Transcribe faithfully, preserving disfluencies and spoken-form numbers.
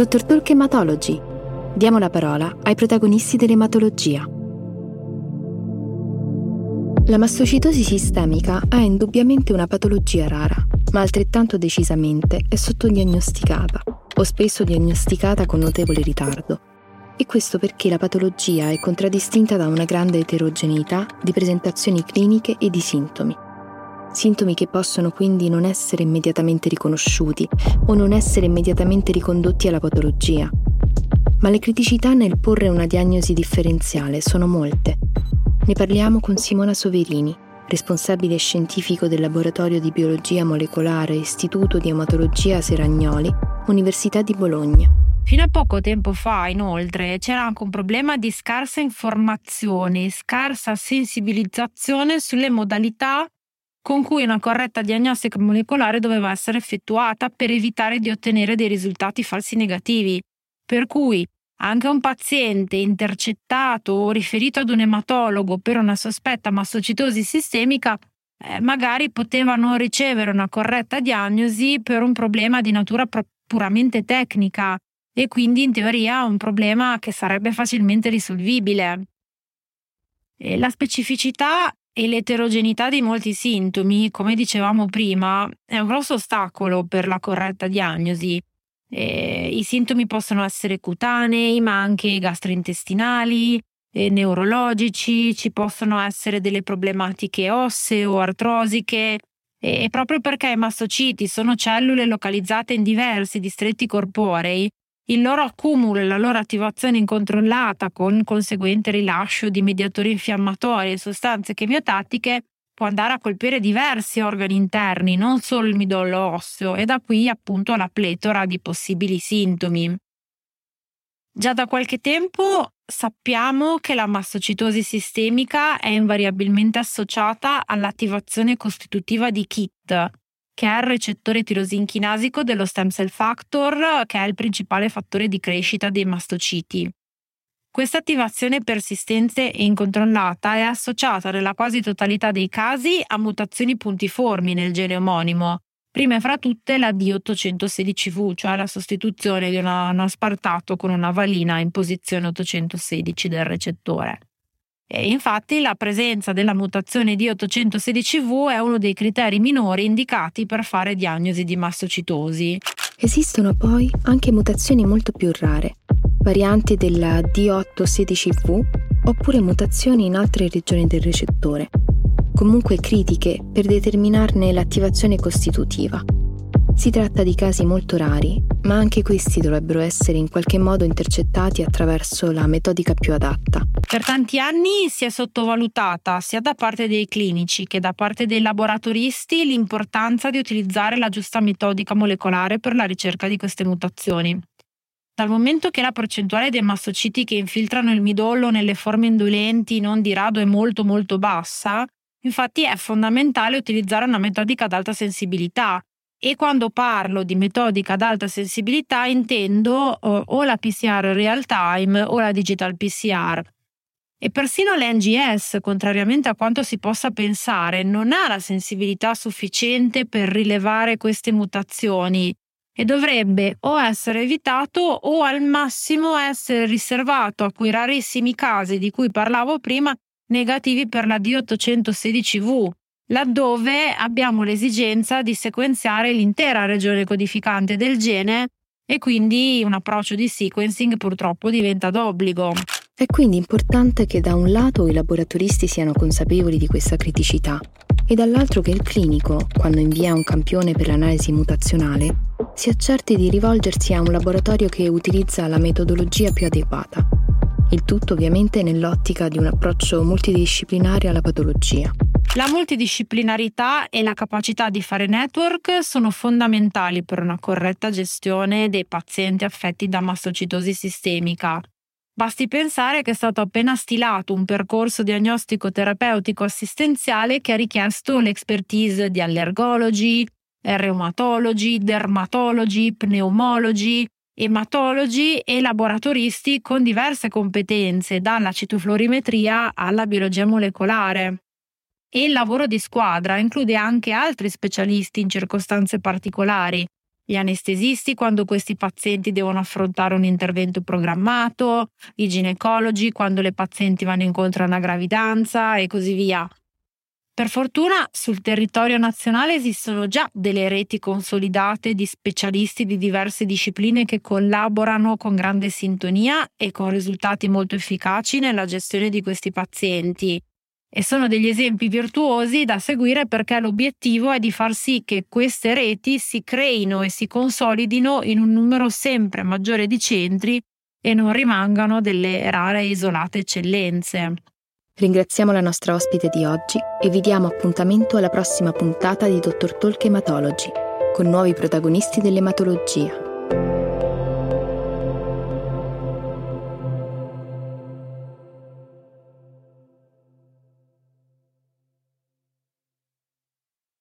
Dottor Talk Ematology. Diamo la parola ai protagonisti dell'ematologia. La mastocitosi sistemica è indubbiamente una patologia rara, ma altrettanto decisamente è sottodiagnosticata, o spesso diagnosticata con notevole ritardo. E questo perché la patologia è contraddistinta da una grande eterogeneità di presentazioni cliniche e di sintomi. Sintomi che possono quindi non essere immediatamente riconosciuti o non essere immediatamente ricondotti alla patologia. Ma le criticità nel porre una diagnosi differenziale sono molte. Ne parliamo con Simona Soverini, responsabile scientifico del Laboratorio di Biologia Molecolare Istituto di Ematologia Seragnoli, Università di Bologna. Fino a poco tempo fa, inoltre, c'era anche un problema di scarsa informazione, scarsa sensibilizzazione sulle modalità con cui una corretta diagnostica molecolare doveva essere effettuata per evitare di ottenere dei risultati falsi negativi. Per cui anche un paziente intercettato o riferito ad un ematologo per una sospetta mastocitosi sistemica eh, magari poteva non ricevere una corretta diagnosi per un problema di natura pro- puramente tecnica e quindi in teoria un problema che sarebbe facilmente risolvibile. E la specificità e l'eterogeneità di molti sintomi, come dicevamo prima, è un grosso ostacolo per la corretta diagnosi. E I sintomi possono essere cutanei, ma anche gastrointestinali, e neurologici, ci possono essere delle problematiche ossee o artrosiche, e proprio perché i mastociti sono cellule localizzate in diversi distretti corporei, il loro accumulo e la loro attivazione incontrollata con conseguente rilascio di mediatori infiammatori e sostanze chemiotattiche può andare a colpire diversi organi interni, non solo il midollo osseo, e da qui appunto la pletora di possibili sintomi. Già da qualche tempo sappiamo che la mastocitosi sistemica è invariabilmente associata all'attivazione costitutiva di K I T, che è il recettore tirosinchinasico dello stem cell factor, che è il principale fattore di crescita dei mastociti. Questa attivazione persistente e incontrollata è associata nella quasi totalità dei casi a mutazioni puntiformi nel gene omonimo, prime fra tutte la D ottocentosedici V, cioè la sostituzione di una, un aspartato con una valina in posizione ottocentosedici del recettore. E infatti la presenza della mutazione D ottocentosedici V è uno dei criteri minori indicati per fare diagnosi di mastocitosi. Esistono poi anche mutazioni molto più rare, varianti della D ottocentosedici V oppure mutazioni in altre regioni del recettore, comunque critiche per determinarne l'attivazione costitutiva. Si tratta di casi molto rari, ma anche questi dovrebbero essere in qualche modo intercettati attraverso la metodica più adatta. Per tanti anni si è sottovalutata sia da parte dei clinici che da parte dei laboratoristi l'importanza di utilizzare la giusta metodica molecolare per la ricerca di queste mutazioni. Dal momento che la percentuale dei mastociti che infiltrano il midollo nelle forme indolenti non di rado è molto molto bassa, infatti è fondamentale utilizzare una metodica ad alta sensibilità. E quando parlo di metodica ad alta sensibilità intendo uh, o la P C R real time o la digital P C R. E persino l'N G S, contrariamente a quanto si possa pensare, non ha la sensibilità sufficiente per rilevare queste mutazioni e dovrebbe o essere evitato o al massimo essere riservato a quei rarissimi casi di cui parlavo prima negativi per la D ottocentosedici V, laddove abbiamo l'esigenza di sequenziare l'intera regione codificante del gene e quindi un approccio di sequencing purtroppo diventa d'obbligo. È quindi importante che da un lato i laboratoristi siano consapevoli di questa criticità e dall'altro che il clinico, quando invia un campione per l'analisi mutazionale, si accerti di rivolgersi a un laboratorio che utilizza la metodologia più adeguata. Il tutto ovviamente nell'ottica di un approccio multidisciplinare alla patologia. La multidisciplinarità e la capacità di fare network sono fondamentali per una corretta gestione dei pazienti affetti da mastocitosi sistemica. Basti pensare che è stato appena stilato un percorso diagnostico terapeutico assistenziale che ha richiesto l'expertise di allergologi, reumatologi, dermatologi, pneumologi, ematologi e laboratoristi con diverse competenze, dalla citofluorimetria alla biologia molecolare. E il lavoro di squadra include anche altri specialisti in circostanze particolari. gli anestesisti quando questi pazienti devono affrontare un intervento programmato, i ginecologi quando le pazienti vanno incontro a una gravidanza e così via. Per fortuna sul territorio nazionale esistono già delle reti consolidate di specialisti di diverse discipline che collaborano con grande sintonia e con risultati molto efficaci nella gestione di questi pazienti. E sono degli esempi virtuosi da seguire perché l'obiettivo è di far sì che queste reti si creino e si consolidino in un numero sempre maggiore di centri e non rimangano delle rare e isolate eccellenze. Ringraziamo la nostra ospite di oggi e vi diamo appuntamento alla prossima puntata di Dottor Talk Ematology, con nuovi protagonisti dell'ematologia.